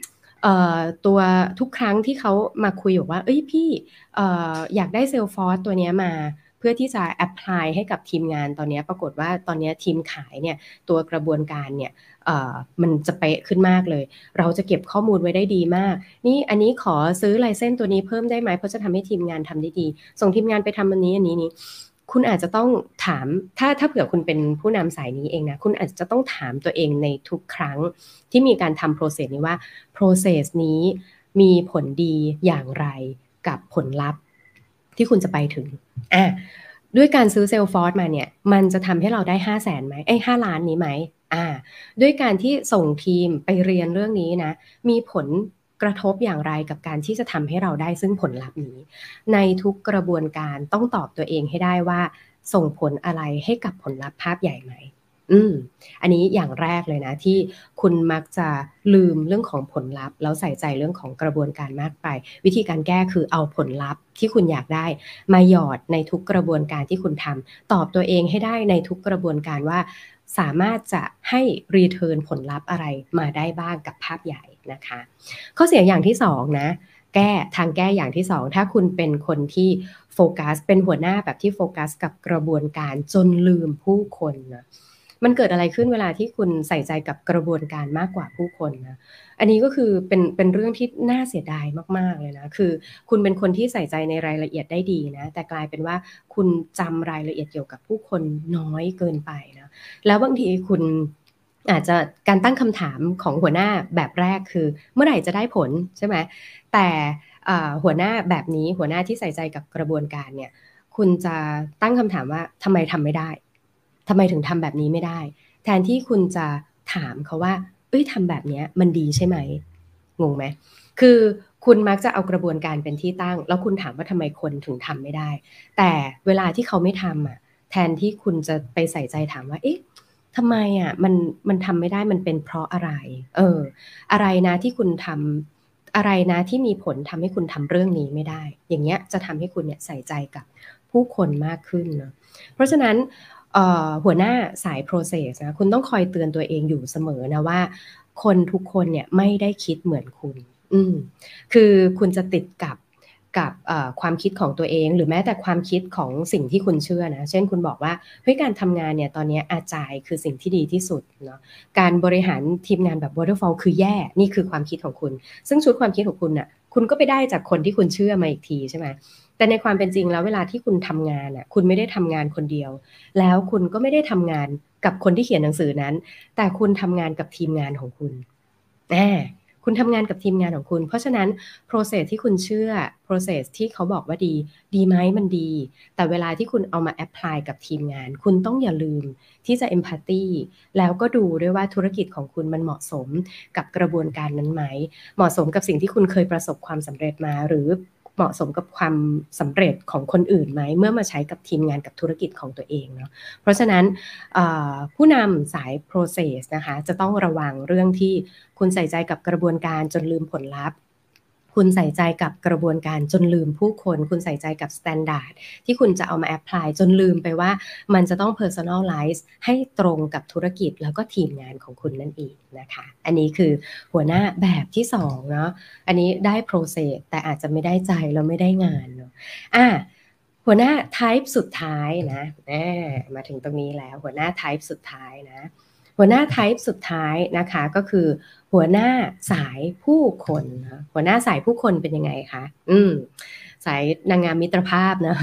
เอ่อตัวทุกครั้งที่เขามาคุยบอกว่าเอ้ยพี่เอ่ออยากได้ Salesforce ตัวเนี้ยมาเพื่อที่จะแอพพลายให้กับทีมงานตอนนี้ปรากฏว่าตอนนี้ทีมขายเนี่ยตัวกระบวนการเนี่ยเอ่อมันจะเป๊ะขึ้นมากเลยเราจะเก็บข้อมูลไว้ได้ดีมากนี่อันนี้ขอซื้อไลเซนส์ตัวนี้เพิ่มได้ไหมเพราะจะทำให้ทีมงานทำได้ดีส่งทีมงานไปทำอันนี้อันนี้นี้คุณอาจจะต้องถามถ้าถ้าเผื่อคุณเป็นผู้นำสายนี้เองนะคุณอาจจะต้องถามตัวเองในทุกครั้งที่มีการทำ process นี้ว่า process นี้มีผลดีอย่างไรกับผลลัพธ์ที่คุณจะไปถึงอ่ะด้วยการซื้อ Salesforce มาเนี่ยมันจะทำให้เราได้ห้าแสนไหมไอ้ห้าล้านนี้ไหมอ่าด้วยการที่ส่งทีมไปเรียนเรื่องนี้นะมีผลกระทบอย่างไรกับการที่จะทำให้เราได้ซึ่งผลลัพธ์นี้ในทุกกระบวนการต้องตอบตัวเองให้ได้ว่าส่งผลอะไรให้กับผลลัพธ์ภาพใหญ่ไหมอืมอันนี้อย่างแรกเลยนะที่คุณมักจะลืมเรื่องของผลลัพธ์แล้วใส่ใจเรื่องของกระบวนการมากไปวิธีการแก้คือเอาผลลัพธ์ที่คุณอยากได้มาหยอดในทุกกระบวนการที่คุณทำตอบตัวเองให้ได้ในทุกกระบวนการว่าสามารถจะให้รีเทิร์นผลลัพธ์อะไรมาได้บ้างกับภาพใหญ่นะคะข้อเสียอย่างที่สองนะแก้ทางแก้อย่างที่สองถ้าคุณเป็นคนที่โฟกัสเป็นหัวหน้าแบบที่โฟกัสกับกระบวนการจนลืมผู้คนนะมันเกิดอะไรขึ้นเวลาที่คุณใส่ใจกับกระบวนการมากกว่าผู้คนนะอันนี้ก็คือเป็นเป็นเรื่องที่น่าเสียดายมากๆเลยนะคือคุณเป็นคนที่ใส่ใจในรายละเอียดได้ดีนะแต่กลายเป็นว่าคุณจำรายละเอียดเกี่ยวกับผู้คนน้อยเกินไปนะแล้วบางทีคุณอาจจะการตั้งคำถามของหัวหน้าแบบแรกคือเมื่อไหร่จะได้ผลใช่ไหมแต่หัวหน้าแบบนี้หัวหน้าที่ใส่ใจกับกระบวนการเนี่ยคุณจะตั้งคำถามว่าทำไมทำไม่ได้ทำไมถึงทำแบบนี้ไม่ได้แทนที่คุณจะถามเขาว่าเอ้ยทำแบบนี้มันดีใช่ไหมงงไหมคือคุณมักจะเอากระบวนการเป็นที่ตั้งแล้วคุณถามว่าทำไมคนถึงทำไม่ได้แต่เวลาที่เขาไม่ทำอ่ะแทนที่คุณจะไปใส่ใจถามว่าเอ๊ะทำไมอ่ะมันมันทำไม่ได้มันเป็นเพราะอะไรเอออะไรนะที่คุณทำอะไรนะที่มีผลทำให้คุณทำเรื่องนี้ไม่ได้อย่างเงี้ยจะทำให้คุณเนี่ยใส่ใจกับผู้คนมากขึ้นเนาะเพราะฉะนั้นหัวหน้าสาย process นะคุณต้องคอยเตือนตัวเองอยู่เสมอนะว่าคนทุกคนเนี่ยไม่ได้คิดเหมือนคุณอืมคือคุณจะติดกับกับความคิดของตัวเองหรือแม้แต่ความคิดของสิ่งที่คุณเชื่อนะเช่นคุณบอกว่าเฮ้ยการทำงานเนี่ยตอนนี้อาจายคือสิ่งที่ดีที่สุดเนาะการบริหารทีมงานแบบ waterfall คือแย่นี่คือความคิดของคุณซึ่งชุดความคิดของคุณน่ะคุณก็ไปได้จากคนที่คุณเชื่อมาอีกทีใช่ไหมแต่ในความเป็นจริงแล้วเวลาที่คุณทำงานน่ะคุณไม่ได้ทำงานคนเดียวแล้วคุณก็ไม่ได้ทำงานกับคนที่เขียนหนังสือนั้นแต่คุณทำงานกับทีมงานของคุณแน่คุณทำงานกับทีมงานของคุณเพราะฉะนั้น process ที่คุณเชื่อ process ที่เขาบอกว่าดีดีไหมมันดีแต่เวลาที่คุณเอามา apply กับทีมงานคุณต้องอย่าลืมที่จะ empathy แล้วก็ดูด้วยว่าธุรกิจของคุณมันเหมาะสมกับกระบวนการนั้นไหมเหมาะสมกับสิ่งที่คุณเคยประสบความสำเร็จมาหรือเหมาะสมกับความสำเร็จของคนอื่นไหมเมื่อมาใช้กับทีมงานกับธุรกิจของตัวเองเนาะเพราะฉะนั้นผู้นำสาย process นะคะจะต้องระวังเรื่องที่คุณใส่ใจกับกระบวนการจนลืมผลลัพธ์คุณใส่ใจกับกระบวนการจนลืมผู้คนคุณใส่ใจกับ standard ที่คุณจะเอามา apply จนลืมไปว่ามันจะต้อง personalize ให้ตรงกับธุรกิจแล้วก็ทีมงานของคุณนั่นเองนะคะอันนี้คือหัวหน้าแบบที่สองเนาะอันนี้ได้ process แต่อาจจะไม่ได้ใจแล้วไม่ได้งานเนาะอ่ะหัวหน้า type สุดท้ายนะมาถึงตรงนี้แล้วหัวหน้า type สุดท้ายนะหัวหน้า type สุดท้ายนะคะก็คือหัวหน้าสายผู้คนนะหัวหน้าสายผู้คนเป็นยังไงคะอืมสายนางงามมิตรภาพนะ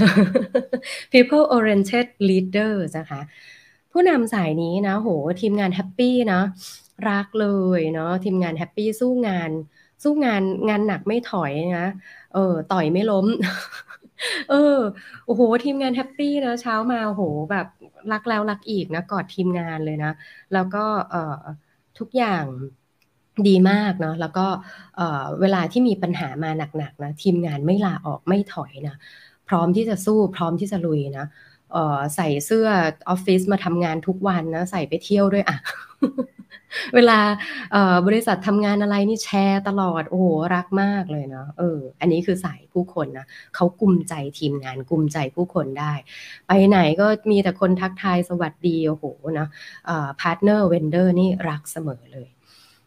people oriented leader นะคะผู้นำสายนี้นะโหทีมงานแฮปปี้นะรักเลยเนาะทีมงานแฮปปี้สู้งานสู้งานงานหนักไม่ถอยนะเออต่อยไม่ล้ม เออโอ้โหทีมงานแฮปปี้นะเช้ามาโอ้โหแบบรักแล้วรักอีกนะกอดทีมงานเลยนะแล้วก็เอ่อทุกอย่างดีมากเนาะแล้วก็เอ่อเวลาที่มีปัญหามาหนักๆนะทีมงานไม่ลาออกไม่ถอยนะพร้อมที่จะสู้พร้อมที่จะลุยนะเอ่อใส่เสื้อออฟฟิศมาทำงานทุกวันนะใส่ไปเที่ยวด้วยอ่ะ เวลาบริษัททำงานอะไรนี่แชร์ตลอดโอ้โหรักมากเลยเนาะเอออันนี้คือสายผู้คนนะเขากุมใจทีมงานกุมใจผู้คนได้ไปไหนก็มีแต่คนทักทายสวัสดีโอ้โหนะพาร์ทเนอร์เวนเดอร์นี่รักเสมอเลย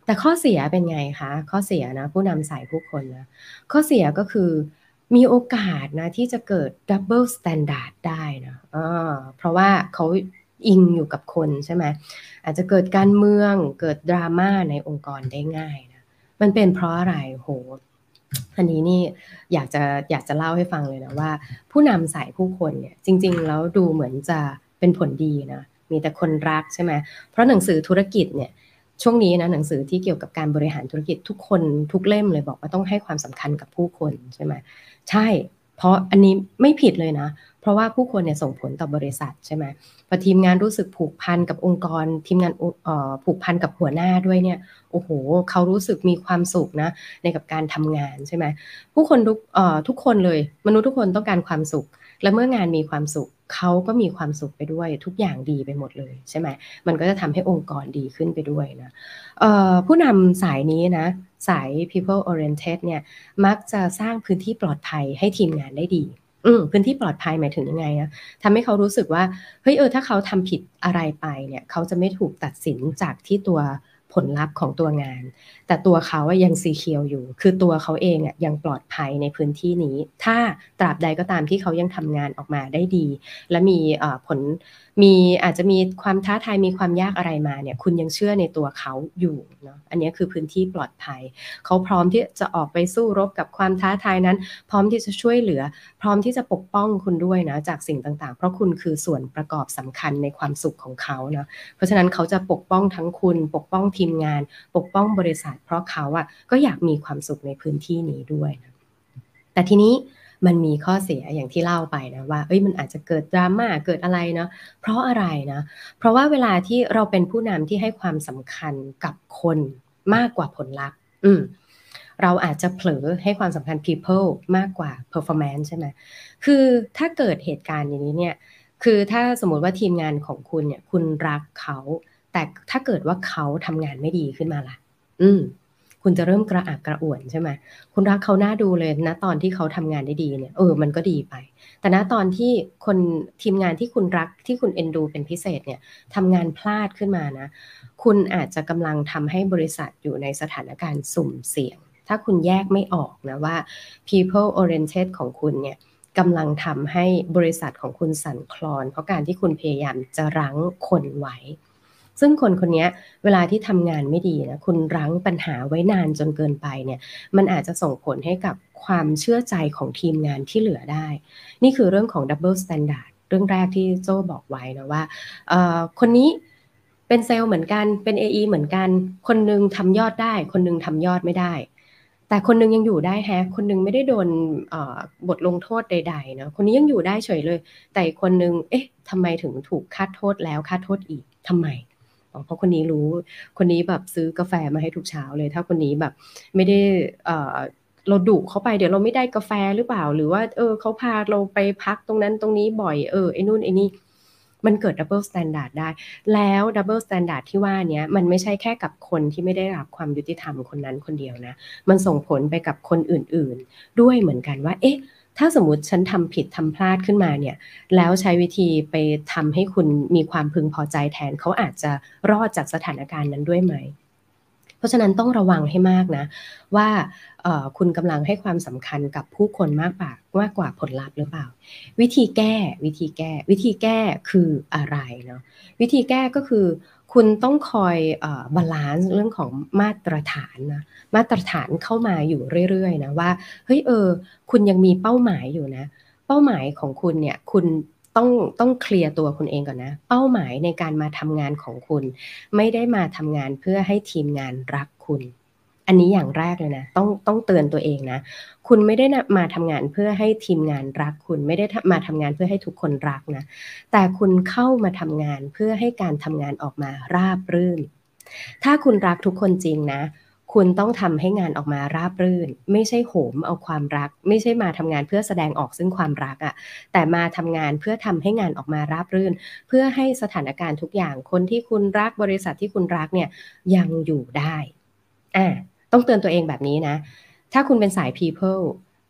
แต่ข้อเสียเป็นไงคะข้อเสียนะผู้นำสายผู้คนนะข้อเสียก็คือมีโอกาสนะที่จะเกิด double standard ได้นะอาเพราะว่าเขาอิงอยู่กับคนใช่ไหมอาจจะเกิดการเมืองเกิดดราม่าในองค์กรได้ง่ายนะมันเป็นเพราะอะไรโหอันนี้นี่อยากจะอยากจะเล่าให้ฟังเลยนะว่าผู้นำสายผู้คนเนี่ยจริงๆแล้วดูเหมือนจะเป็นผลดีนะมีแต่คนรักใช่ไหมเพราะหนังสือธุรกิจเนี่ย ช่วงนี้นะหนังสือที่เกี่ยวกับการบริหารธุรกิจทุกคนทุกเล่มเลยบอกว่าต้องให้ความสำคัญกับผู้คนใช่ไหมใช่เพราะอันนี้ไม่ผิดเลยนะเพราะว่าผู้คนเนี่ยส่งผลต่อบริษัทใช่ไหมพอทีมงานรู้สึกผูกพันกับองค์กรทีมงานเอ่อผูกพันกับหัวหน้าด้วยเนี่ยโอ้โหเขารู้สึกมีความสุขนะในกับการทำงานใช่ไหมผู้คนทุกเอ่อทุกคนเลยมนุษย์ทุกคนต้องการความสุขและเมื่องานมีความสุขเขาก็มีความสุขไปด้วยทุกอย่างดีไปหมดเลยใช่ไหมมันก็จะทำให้องค์กรดีขึ้นไปด้วยนะ ผู้นำสายนี้นะสาย people oriented เนี่ยมักจะสร้างพื้นที่ปลอดภัยให้ทีมงานได้ดีอืมพื้นที่ปลอดภัยหมายถึงยังไงนะทำให้เขารู้สึกว่าเฮ้ยเออถ้าเขาทำผิดอะไรไปเนี่ยเขาจะไม่ถูกตัดสินจากที่ตัวผลลัพธ์ของตัวงานแต่ตัวเขาอะยังซีเคียวอยู่คือตัวเขาเองอะยังปลอดภัยในพื้นที่นี้ถ้าตราบใดก็ตามที่เขายังทำงานออกมาได้ดีและมีผลมีอาจจะมีความท้าทายมีความยากอะไรมาเนี่ยคุณยังเชื่อในตัวเขาอยู่เนาะอันนี้คือพื้นที่ปลอดภัยเขาพร้อมที่จะออกไปสู้รบกับความท้าทายนั้นพร้อมที่จะช่วยเหลือพร้อมที่จะปกป้องคุณด้วยนะจากสิ่งต่างๆเพราะคุณคือส่วนประกอบสำคัญในความสุขของเขาเนาะเพราะฉะนั้นเขาจะปกป้องทั้งคุณปกป้องทีมงานปกป้องบริษัทเพราะเขาอะก็อยากมีความสุขในพื้นที่นี้ด้วยนะแต่ทีนี้มันมีข้อเสียอย่างที่เล่าไปนะว่าเอ้ยมันอาจจะเกิดดราม่าเกิดอะไรเนาะเพราะอะไรนะเพราะว่าเวลาที่เราเป็นผู้นำที่ให้ความสำคัญกับคนมากกว่าผลลัพธ์อืมเราอาจจะเผลอให้ความสำคัญ people มากกว่า performance ใช่ไหมคือถ้าเกิดเหตุการณ์อย่างนี้เนี่ยคือถ้าสมมติว่าทีมงานของคุณเนี่ยคุณรักเขาแต่ถ้าเกิดว่าเขาทำงานไม่ดีขึ้นมาล่ะอืมคุณจะเริ่มกระอักกระอ่วนใช่ไหมคุณรักเขาน่าดูเลยนะตอนที่เขาทำงานได้ดีเนี่ยเออมันก็ดีไปแต่ณตอนที่คนทีมงานที่คุณรักที่คุณเอ็นดูเป็นพิเศษเนี่ยทำงานพลาดขึ้นมานะคุณอาจจะกำลังทำให้บริษัทอยู่ในสถานการณ์สุ่มเสี่ยงถ้าคุณแยกไม่ออกนะว่า people oriented ของคุณเนี่ยกำลังทำให้บริษัทของคุณสั่นคลอนเพราะการที่คุณพยายามจะรั้งคนไว้ซึ่งคนคนนี้เวลาที่ทำงานไม่ดีนะคุณรั้งปัญหาไว้นานจนเกินไปเนี่ยมันอาจจะส่งผลให้กับความเชื่อใจของทีมงานที่เหลือได้นี่คือเรื่องของ double standard เรื่องแรกที่โจ้บอกไว้นะว่าคนนี้เป็นเซลล์เหมือนกันเป็น เอ อี เหมือนกันคนนึงทำยอดได้คนนึงทำยอดไม่ได้แต่คนนึงยังอยู่ได้แฮะคนนึงไม่ได้โดนบทลงโทษใดๆนะคนนี้ยังอยู่ได้เฉยเลยแต่คนนึงเอ๊ะทำไมถึงถูกคาดโทษแล้วคาดโทษอีกทำไมเพราะคนนี้รู้คนนี้แบบซื้อกาแฟมาให้ทุกเช้าเลยถ้าคนนี้แบบไม่ได้เราดุเขาไปเดี๋ยวเราไม่ได้กาแฟหรือเปล่าหรือว่าเออเขาพาเราไปพักตรงนั้นตรงนี้บ่อยเออไอ้นู่นไอ้นี่มันเกิด double standard ได้แล้ว double standard ที่ว่านี้มันไม่ใช่แค่กับคนที่ไม่ได้รับความยุติธรรมคนนั้นคนเดียวนะมันส่งผลไปกับคนอื่นๆด้วยเหมือนกันว่าเอ๊ะถ้าสมมติฉันทำผิดทำพลาดขึ้นมาเนี่ยแล้วใช้วิธีไปทำให้คุณมีความพึงพอใจแทนเขาอาจจะรอดจากสถานการณ์นั้นด้วยไหมเพราะฉะนั้นต้องระวังให้มากนะว่าคุณกำลังให้ความสำคัญกับผู้คนมากกว่ามากกว่าผลลัพธ์หรือเปล่าวิธีแก้วิธีแก้วิธีแก้คืออะไรเนาะวิธีแก้ก็คือคุณต้องคอยบาลานซ์เรื่องของมาตรฐานนะมาตรฐานเข้ามาอยู่เรื่อยๆนะว่าเฮ้ยเออคุณยังมีเป้าหมายอยู่นะเป้าหมายของคุณเนี่ยคุณต้องต้องเคลียร์ตัวคุณเองก่อนนะเป้าหมายในการมาทำงานของคุณไม่ได้มาทำงานเพื่อให้ทีมงานรักคุณอันนี้อย่างแรกเลยนะต้องต้องเตือนตัวเองนะคุณไม่ได้มาทำงานเพื่อให้ทีมงานรักคุณไม่ได้มาทำงานเพื่อให้ทุกคนรักนะแต่คุณเข้ามาทำงานเพื่อให้การทำงานออกมาราบรื่นถ้าคุณรักทุกคนจริงนะคุณต้องทำให้งานออกมาราบรื่นไม่ใช่โหมเอาความรักไม่ใช่มาทำงานเพื่อแสดงออกซึ่งความรักอะแต่มาทำงานเพื่อทำให้งานออกมาราบรื่นเพื่อให้สถานการณ์ทุกอย่างคนที่คุณรักบริษัทที่คุณรักเนี่ยยังอยู่ได้อ่ะต้องเตือนตัวเองแบบนี้นะถ้าคุณเป็นสาย people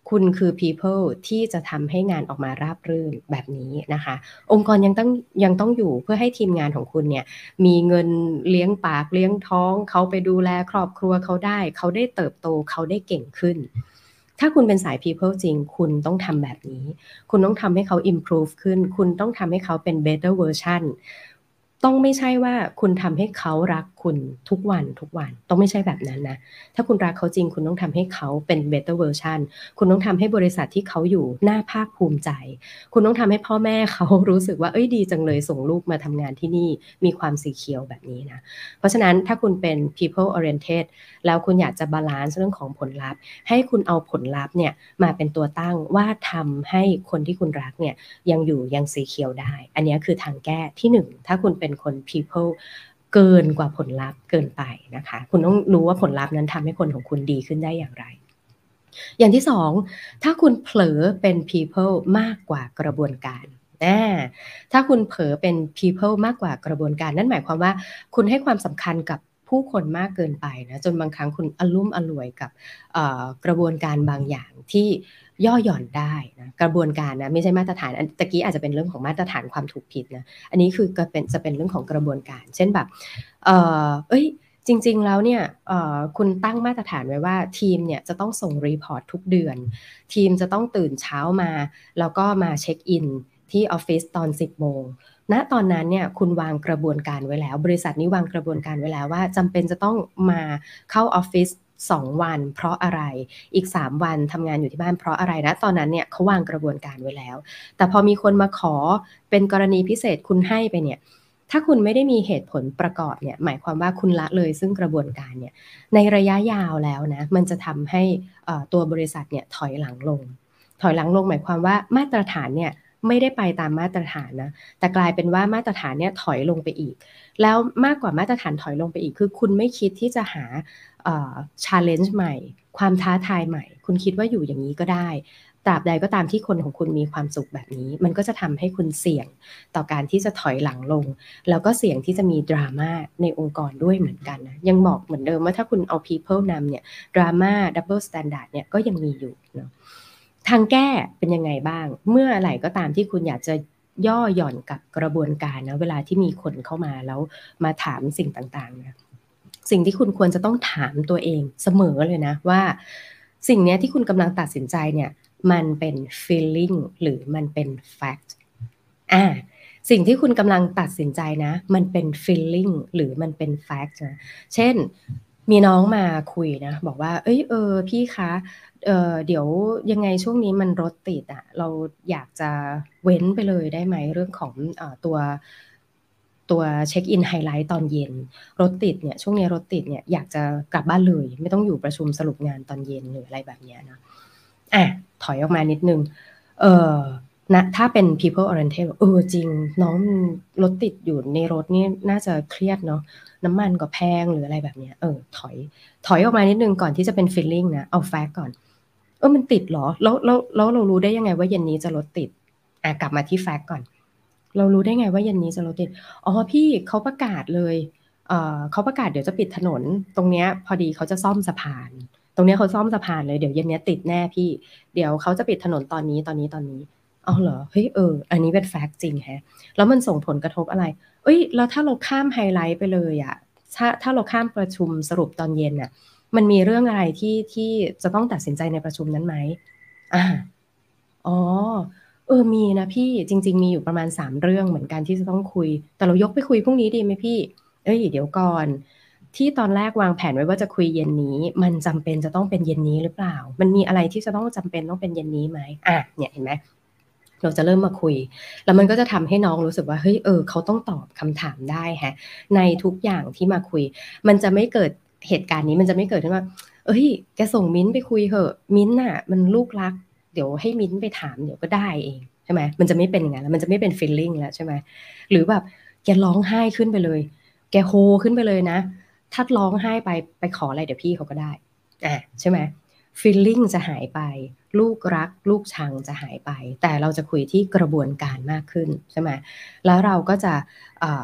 คุณคือ people ที่จะทำให้งานออกมาราบรื่นแบบนี้นะคะองค์กรยังต้องยังต้องอยู่เพื่อให้ทีมงานของคุณเนี่ยมีเงินเลี้ยงปากเลี้ยงท้องเขาไปดูแลครอบครัวเขาได้เขาได้เติบโตเขาได้เก่งขึ้นถ้าคุณเป็นสาย people จริงคุณต้องทำแบบนี้คุณต้องทำให้เขา improve ขึ้นคุณต้องทำให้เขาเป็น better version ต้องไม่ใช่ว่าคุณทำให้เขารักคุณทุกวันทุกวันต้องไม่ใช่แบบนั้นนะถ้าคุณรักเขาจริงคุณต้องทำให้เขาเป็น better version คุณต้องทำให้บริษัทที่เขาอยู่น่าภาคภูมิใจคุณต้องทำให้พ่อแม่เขารู้สึกว่าเอ้ยดีจังเลยส่งลูกมาทำงานที่นี่มีความสีเขียวแบบนี้นะเพราะฉะนั้นถ้าคุณเป็น people oriented แล้วคุณอยากจะบาลานซ์เรื่องของผลลัพธ์ให้คุณเอาผลลัพธ์เนี่ยมาเป็นตัวตั้งว่าทำให้คนที่คุณรักเนี่ยยังอยู่ยังสีเขียวได้อันนี้คือทางแก้ที่หนึ่งถ้าคุณเป็นคน people เกินกว่าผลลัพธ์เกินไปนะคะคุณต้องรู้ว่าผลลัพธ์นั้นทำให้คนของคุณดีขึ้นได้อย่างไรอย่างที่สองถ้าคุณเผลอเป็น people มากกว่ากระบวนการถ้าคุณเผลอเป็น people มากกว่ากระบวนการนั่นหมายความว่าคุณให้ความสำคัญกับผู้คนมากเกินไปนะจนบางครั้งคุณอลุ่มอล่วยกับกระบวนการบางอย่างที่ย่อหย่อนได้นะกระบวนการนะไม่ใช่มาตรฐานตะกี้อาจจะเป็นเรื่องของมาตรฐานความถูกผิดนะอันนี้คือจะเป็นจะเป็นเรื่องของกระบวนการเช่นแบบเออเอ้ยจริงๆแล้วเนี่ยคุณตั้งมาตรฐานไว้ว่าทีมเนี่ยจะต้องส่งรีพอร์ตทุกเดือนทีมจะต้องตื่นเช้ามาแล้วก็มาเช็คอินที่ออฟฟิศตอนสิบโมงณตอนนั้นเนี่ยคุณวางกระบวนการไว้แล้วบริษัทนี้วางกระบวนการไว้แล้วว่าจำเป็นจะต้องมาเข้าออฟฟิศสองวันเพราะอะไรอีกสามวันทำงานอยู่ที่บ้านเพราะอะไรนะตอนนั้นเนี่ยเขาวางกระบวนการไว้แล้วแต่พอมีคนมาขอเป็นกรณีพิเศษคุณให้ไปเนี่ยถ้าคุณไม่ได้มีเหตุผลประกอบเนี่ยหมายความว่าคุณละเลยซึ่งกระบวนการเนี่ยในระยะยาวแล้วนะมันจะทำให้ตัวบริษัทเนี่ยถอยหลังลงถอยหลังลงหมายความว่ามาตรฐานเนี่ยไม่ได้ไปตามมาตรฐานนะแต่กลายเป็นว่ามาตรฐานเนี่ยถอยลงไปอีกแล้วมากกว่ามาตรฐานถอยลงไปอีกคือคุณไม่คิดที่จะหาเอ่อ challenge ใหม่ความท้าทายใหม่คุณคิดว่าอยู่อย่างนี้ก็ได้ตราบใดก็ตามที่คนของคุณมีความสุขแบบนี้มันก็จะทำให้คุณเสี่ยงต่อการที่จะถอยหลังลงแล้วก็เสี่ยงที่จะมีดราม่าในองค์กรด้วยเหมือนกันนะยังบอกเหมือนเดิมว่าถ้าคุณเอา people นำเนี่ยดราม่า double standard เนี่ยก็ยังมีอยู่เนาะทางแก้เป็นยังไงบ้างเมื่อไหร่ก็ตามที่คุณอยากจะย่อหย่อนกับกระบวนการนะเวลาที่มีคนเข้ามาแล้วมาถามสิ่งต่างๆนะสิ่งที่คุณควรจะต้องถามตัวเองเสมอเลยนะว่าสิ่งนี้ที่คุณกำลังตัดสินใจเนี่ยมันเป็น feeling หรือมันเป็น fact อ่าสิ่งที่คุณกำลังตัดสินใจนะมันเป็น feeling หรือมันเป็น fact นะเช่นมีน้องมาคุยนะบอกว่าเอ้ยเออพี่คะเอ่อเดี๋ยวยังไงช่วงนี้มันรถติดอะเราอยากจะเว้นไปเลยได้ไหมเรื่องของเอ่อตัวตัวเช็คอินไฮไลท์ตอนเย็นรถติดเนี่ยช่วงนี้รถติดเนี่ยอยากจะกลับบ้านเลยไม่ต้องอยู่ประชุมสรุปงานตอนเย็นหรืออะไรแบบนี้นะอ่ะถอยออกมานิดนึงเออนะถ้าเป็น people oriented เออจริงน้องรถติดอยู่ในรถนี่น่าจะเครียดเนาะน้ำมันก็แพงหรืออะไรแบบนี้เออถอยถอยออกมานิดนึงก่อนที่จะเป็น feeling นะเอา fact ก่อนเออมันติดเหรอแล้วแล้วแล้วเรารู้ได้ยังไงว่าเย็นนี้จะรถติดอ่ะกลับมาที่ fact ก่อนเรารู้ได้ไงว่าเย็นนี้จะรถติดอ๋อพี่เขาประกาศเลยเอ่อเขาประกาศเดี๋ยวจะปิดถนนตรงเนี้ยพอดีเขาจะซ่อมสะพานตรงนี้เขาซ่อมสะพานเลยเดี๋ยวเย็นนี้ติดแน่พี่เดี๋ยวเขาจะปิดถนนตอนนี้ตอนนี้ตอนนี้อ๋อเหรอเฮ้ยเอออันนี้เป็นแฟกต์จริงแฮะแล้วมันส่งผลกระทบอะไรเอ้ยแล้วถ้าเราข้ามไฮไลท์ไปเลยอะถ้าถ้าเราข้ามประชุมสรุปตอนเย็นอะมันมีเรื่องอะไรที่ที่จะต้องตัดสินใจในประชุมนั้นไหมอ่าอ๋อเออมีนะพี่จริงๆมีอยู่ประมาณสามเรื่องเหมือนกันที่จะต้องคุยแต่เรายกไปคุยพรุ่งนี้ดีไหมพี่เอ้ยเดี๋ยวก่อนที่ตอนแรกวางแผนไว้ว่าจะคุยเย็นนี้มันจำเป็นจะต้องเป็นเย็นนี้หรือเปล่ามันมีอะไรที่จะต้องจำเป็นต้องเป็นเย็นนี้ไหมอ่ะเนี่ยเห็นไหมเราจะเริ่มมาคุยแล้วมันก็จะทำให้น้องรู้สึกว่าเฮ้ยเออเขาต้องตอบคำถามได้ฮะในทุกอย่างที่มาคุยมันจะไม่เกิดเหตุการณ์นี้มันจะไม่เกิดขึ้นว่าเอ้ยแกส่งมิ้นไปคุยเหอะมิ้นน่ะมันลูกรักเดี๋ยวให้มิ้นไปถามเดี๋ยวก็ได้เองใช่ไหมมันจะไม่เป็นอย่างนั้นแล้วมันจะไม่เป็น feeling แล้วใช่ไหมหรือแบบแกร้องไห้ขึ้นไปเลยแกโฮขึ้นไปเลยนะถ้าร้องไห้ไปไปขออะไรเดี๋ยวพี่เขาก็ได้อ่ะใช่ไหม feeling จะหายไปลูกรักลูกชังจะหายไปแต่เราจะคุยที่กระบวนการมากขึ้นใช่ไหมแล้วเราก็จะ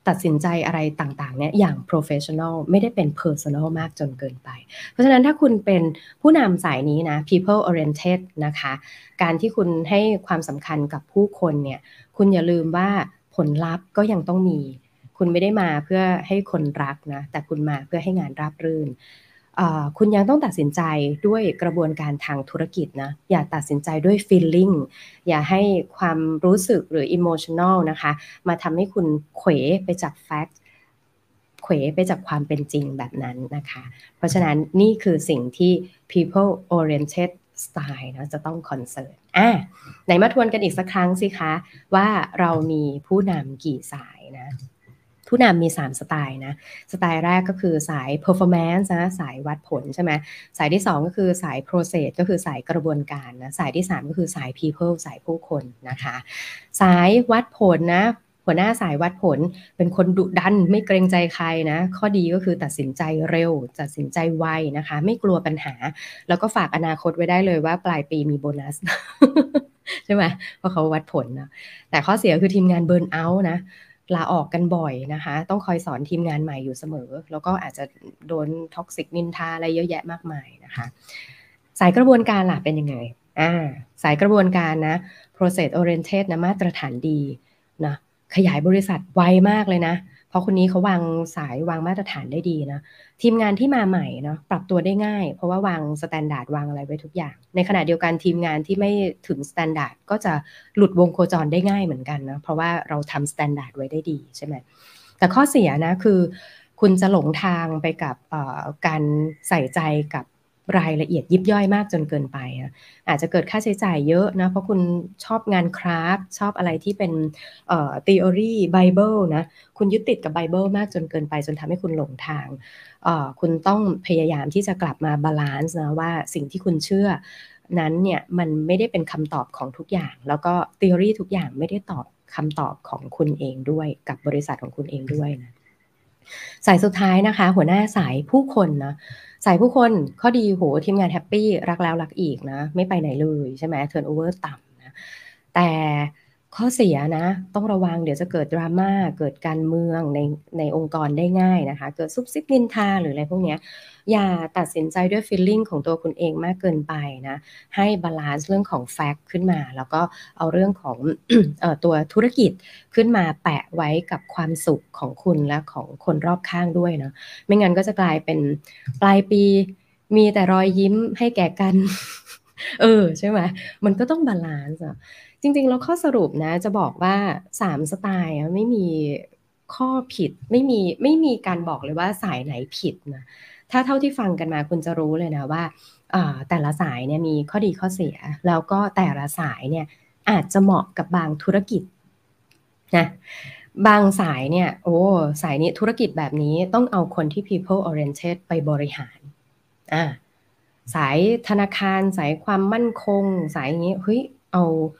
ตัดสินใจอะไรต่างๆเนี่ยอย่าง professional ไม่ได้เป็น personal มากจนเกินไปเพราะฉะนั้นถ้าคุณเป็นผู้นำสายนี้นะ people oriented นะคะการที่คุณให้ความสำคัญกับผู้คนเนี่ยคุณอย่าลืมว่าผลลัพธ์ก็ยังต้องมีคุณไม่ได้มาเพื่อให้คนรักนะแต่คุณมาเพื่อให้งานราบรื่นคุณยังต้องตัดสินใจด้วยกระบวนการทางธุรกิจนะอย่าตัดสินใจด้วย feeling อย่าให้ความรู้สึกหรือ emotional นะคะมาทำให้คุณเขวไปจาก fact เขวไปจากความเป็นจริงแบบนั้นนะคะเพราะฉะนั้นนี่คือสิ่งที่ people oriented style นะจะต้อง concern อ่ะไหนมาทวนกันอีกสักครั้งสิคะว่าเรามีผู้นำกี่สายนะผู้นำมีสามสไตล์นะสไตล์แรกก็คือสาย performance นะสายวัดผลใช่ไหมสายที่สองก็คือสาย process ก็คือสายกระบวนการนะสายที่สามก็คือสาย people สายผู้คนนะคะสายวัดผลนะหัวหน้าสายวัดผลเป็นคนดุดันไม่เกรงใจใครนะข้อดีก็คือตัดสินใจเร็วตัดสินใจไวนะคะไม่กลัวปัญหาแล้วก็ฝากอนาคตไว้ได้เลยว่าปลายปีมีโบนัส ใช่ไหมเพราะเขาวัดผลนะแต่ข้อเสียคือทีมงานเบิร์นเอาท์นะลาออกกันบ่อยนะคะต้องคอยสอนทีมงานใหม่อยู่เสมอแล้วก็อาจจะโดนท็อกซิกนินทาอะไรเยอะแยะมากมายนะคะสายกระบวนการล่ะเป็นยังไงอ่าสายกระบวนการนะ process oriented นะมาตรฐานดีนะขยายบริษัทไวมากเลยนะเพราะคนนี้เขาวางสายวางมาตรฐานได้ดีนะทีมงานที่มาใหม่เนาะปรับตัวได้ง่ายเพราะว่าวางสแตนดาร์ดวางอะไรไว้ทุกอย่างในขณะเดียวกันทีมงานที่ไม่ถึงสแตนดาร์ดก็จะหลุดวงโคจรได้ง่ายเหมือนกันนะเพราะว่าเราทำสแตนดาร์ดไว้ได้ดีใช่ไหมแต่ข้อเสียนะคือคุณจะหลงทางไปกับการใส่ใจกับรายละเอียดยิบย่อยมากจนเกินไปนะอาจจะเกิดค่าใช้จ่ายเยอะนะเพราะคุณชอบงานคราฟต์ชอบอะไรที่เป็นเอ่อ theory Bible นะคุณยึดติดกับ Bible มากจนเกินไปจนทำให้คุณหลงทางเอ่อคุณต้องพยายามที่จะกลับมาบาลานซ์นะว่าสิ่งที่คุณเชื่อนั้นเนี่ยมันไม่ได้เป็นคำตอบของทุกอย่างแล้วก็ theory ทุกอย่างไม่ได้ตอบคำตอบของคุณเองด้วยกับบริษัทของคุณเองด้วยนะสายสุดท้ายนะคะหัวหน้าสายผู้คนนะสายผู้คนข้อดีโหทีมงานแฮปปี้รักแล้วรักอีกนะไม่ไปไหนเลยใช่ไหมเทิร์นโอเวอร์ต่ำนะแต่ข้อเสียนะต้องระวังเดี๋ยวจะเกิดดราม่าเกิดการเมืองในในองค์กรได้ง่ายนะคะเกิดซุบซิบนินทาหรืออะไรพวกนี้อย่าตัดสินใจด้วย feeling ของตัวคุณเองมากเกินไปนะให้บาลานซ์เรื่องของ fact ขึ้นมาแล้วก็เอาเรื่องของ เอ่อตัวธุรกิจขึ้นมาแปะไว้กับความสุขของคุณและของคนรอบข้างด้วยนะไม่งั้นก็จะกลายเป็นปลายปีมีแต่รอยยิ้มให้แก่กัน เออใช่ไหมมันก็ต้องบาลานซ์อะจริงๆแล้วข้อสรุปนะจะบอกว่าสามสไตล์ไม่มีข้อผิดไม่มีไม่มีการบอกเลยว่าสายไหนผิดนะถ้าเท่าที่ฟังกันมาคุณจะรู้เลยนะว่าแต่ละสายเนี่ยมีข้อดีข้อเสียแล้วก็แต่ละสายเนี่ยอาจจะเหมาะกับบางธุรกิจนะบางสายเนี่ยโอ้สายนี้ธุรกิจแบบนี้ต้องเอาคนที่ people oriented ไปบริหารอ่าสายธนาคารสายความมั่นคงสายอย่างนี้เฮ้ยเอา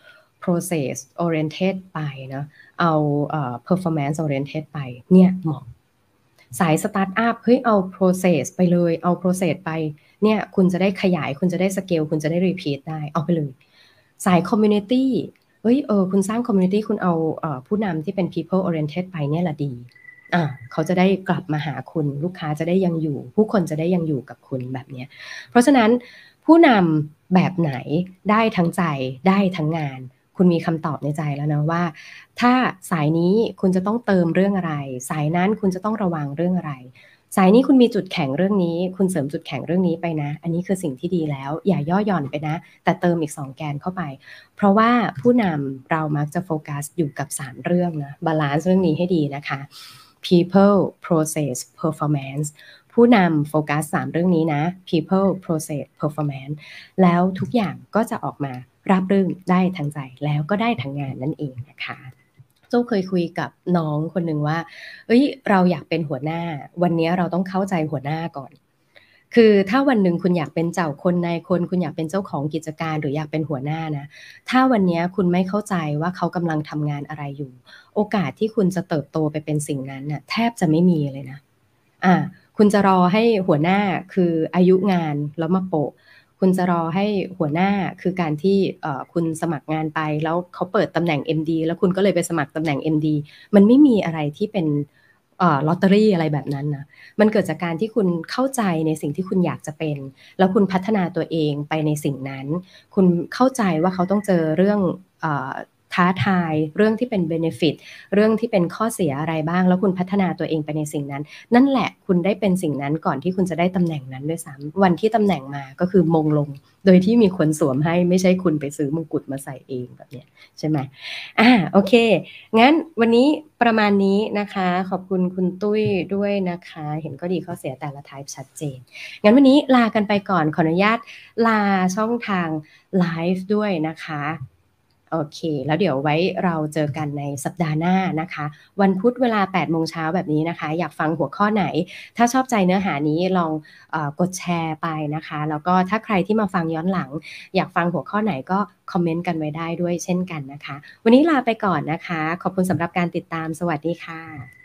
process oriented ไปนะเอาเอ่อ performance oriented ไปเนี่ยเหมาะสายสตาร์ทอัพเฮ้ยเอา process ไปเลยเอา process ไปเนี่ยคุณจะได้ขยายคุณจะได้ scale คุณจะได้ repeat ได้เอาไปเลยสาย community เฮ้ยเออคุณสร้าง community คุณเอาเอ่อผู้นำที่เป็น people oriented ไปเนี่ยแหละดีอ่ะเขาจะได้กลับมาหาคุณลูกค้าจะได้ยังอยู่ผู้คนจะได้ยังอยู่กับคุณแบบนี้เพราะฉะนั้นผู้นำแบบไหนได้ทั้งใจได้ทั้งงานคุณมีคำตอบในใจแล้วนะว่าถ้าสายนี้คุณจะต้องเติมเรื่องอะไรสายนั้นคุณจะต้องระวังเรื่องอะไรสายนี้คุณมีจุดแข็งเรื่องนี้คุณเสริมจุดแข็งเรื่องนี้ไปนะอันนี้คือสิ่งที่ดีแล้วอย่าย่อหย่อนไปนะแต่เติมอีกสองแกนเข้าไปเพราะว่าผู้นำเรามักจะโฟกัสอยู่กับสามเรื่องนะบาลานซ์เรื่องนี้ให้ดีนะคะ people process performance ผู้นำโฟกัสสามเรื่องนี้นะ people process performance แล้วทุกอย่างก็จะออกมาราบรื่นได้ทั้งใจแล้วก็ได้ทั้งงานนั่นเองนะคะโจ้เคยคุยกับน้องคนหนึ่งว่าเอ้ยเราอยากเป็นหัวหน้าวันนี้เราต้องเข้าใจหัวหน้าก่อนคือถ้าวันหนึ่งคุณอยากเป็นเจ้าคนนายคนคุณอยากเป็นเจ้าของกิจการหรืออยากเป็นหัวหน้านะถ้าวันนี้คุณไม่เข้าใจว่าเขากำลังทำงานอะไรอยู่โอกาสที่คุณจะเติบโตไปเป็นสิ่งนั้นน่ะแทบจะไม่มีเลยนะอ่าคุณจะรอให้หัวหน้าคืออายุงานแล้วมาโปะคุณจะรอให้หัวหน้าคือการที่เอ่อคุณสมัครงานไปแล้วเขาเปิดตำแหน่ง เอ็ม ดี แล้วคุณก็เลยไปสมัครตำแหน่ง เอ็ม ดี มันไม่มีอะไรที่เป็นเอ่อลอตเตอรี่อะไรแบบนั้นนะมันเกิดจากการที่คุณเข้าใจในสิ่งที่คุณอยากจะเป็นแล้วคุณพัฒนาตัวเองไปในสิ่งนั้นคุณเข้าใจว่าเขาต้องเจอเรื่องเอ่อท้าทายเรื่องที่เป็น benefit เรื่องที่เป็นข้อเสียอะไรบ้างแล้วคุณพัฒนาตัวเองไปในสิ่งนั้นนั่นแหละคุณได้เป็นสิ่งนั้นก่อนที่คุณจะได้ตำแหน่งนั้นด้วยซ้ำวันที่ตำแหน่งมาก็คือมงลงโดยที่มีคนสวมให้ไม่ใช่คุณไปซื้อมงกุฎมาใส่เองแบบเนี้ยใช่ไหมอ่าโอเคงั้นวันนี้ประมาณนี้นะคะขอบคุณคุณตุ้ยด้วยนะคะเห็นข้อดีข้อเสียแต่ละ type ชัดเจนงั้นวันนี้ลากันไปก่อนขออนุญาตลาช่องทางไลฟ์ด้วยนะคะโอเคแล้วเดี๋ยวไว้เราเจอกันในสัปดาห์หน้านะคะวันพุธเวลาแปดโมงเช้าแบบนี้นะคะอยากฟังหัวข้อไหนถ้าชอบใจเนื้อหานี้ลองเอ่อกดแชร์ไปนะคะแล้วก็ถ้าใครที่มาฟังย้อนหลังอยากฟังหัวข้อไหนก็คอมเมนต์กันไว้ได้ด้วยเช่นกันนะคะวันนี้ลาไปก่อนนะคะขอบคุณสำหรับการติดตามสวัสดีค่ะ